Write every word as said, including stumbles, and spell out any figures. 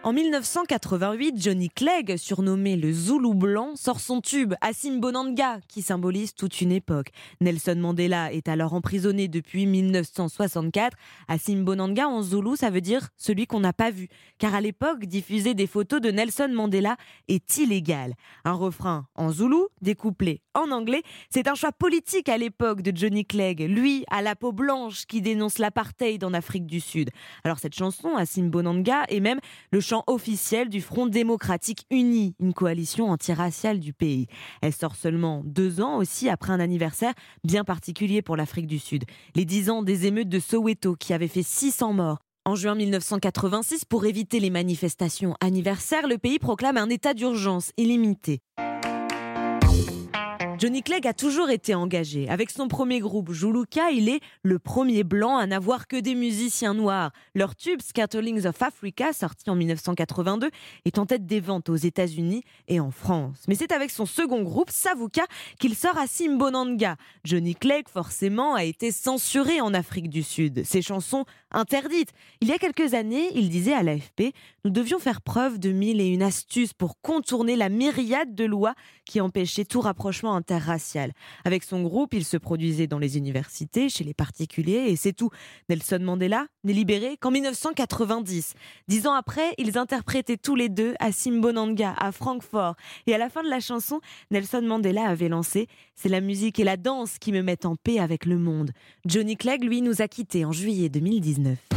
En dix-neuf cent quatre-vingt-huit, Johnny Clegg, surnommé le Zoulou blanc, sort son tube Asimbonanga, qui symbolise toute une époque. Nelson Mandela est alors emprisonné depuis dix-neuf cent soixante-quatre. Asimbonanga en zoulou, ça veut dire celui qu'on n'a pas vu. Car à l'époque, diffuser des photos de Nelson Mandela est illégal. Un refrain en zoulou, des couplets en anglais, c'est un choix politique à l'époque de Johnny Clegg, lui à la peau blanche qui dénonce l'apartheid en Afrique du Sud. Alors cette chanson, Asimbonanga, est même le chant officiel du Front démocratique uni, une coalition antiraciale du pays. Elle sort seulement deux ans aussi après un anniversaire bien particulier pour l'Afrique du Sud. Les dix ans des émeutes de Soweto qui avaient fait six cents morts. En juin dix-neuf cent quatre-vingt-six, pour éviter les manifestations anniversaires, le pays proclame un état d'urgence illimité. Johnny Clegg a toujours été engagé. Avec son premier groupe, Juluka, il est le premier blanc à n'avoir que des musiciens noirs. Leur tube Scatterlings of Africa, sorti en dix-neuf cent quatre-vingt-deux, est en tête des ventes aux États-Unis et en France. Mais c'est avec son second groupe, Savuka, qu'il sort Asimbonanga. Johnny Clegg, forcément, a été censuré en Afrique du Sud. Ses chansons interdites. Il y a quelques années, il disait à l'A F P « Nous devions faire preuve de mille et une astuces pour contourner la myriade de lois qui empêchaient tout rapprochement interracial. » Avec son groupe, il se produisait dans les universités, chez les particuliers, et c'est tout. Nelson Mandela n'est libéré qu'en dix-neuf cent quatre-vingt-dix. Dix ans après, ils interprétaient tous les deux Asimbonanga à Francfort. Et à la fin de la chanson, Nelson Mandela avait lancé « C'est la musique et la danse qui me mettent en paix avec le monde ». Johnny Clegg, lui, nous a quittés en juillet deux mille dix-neuf.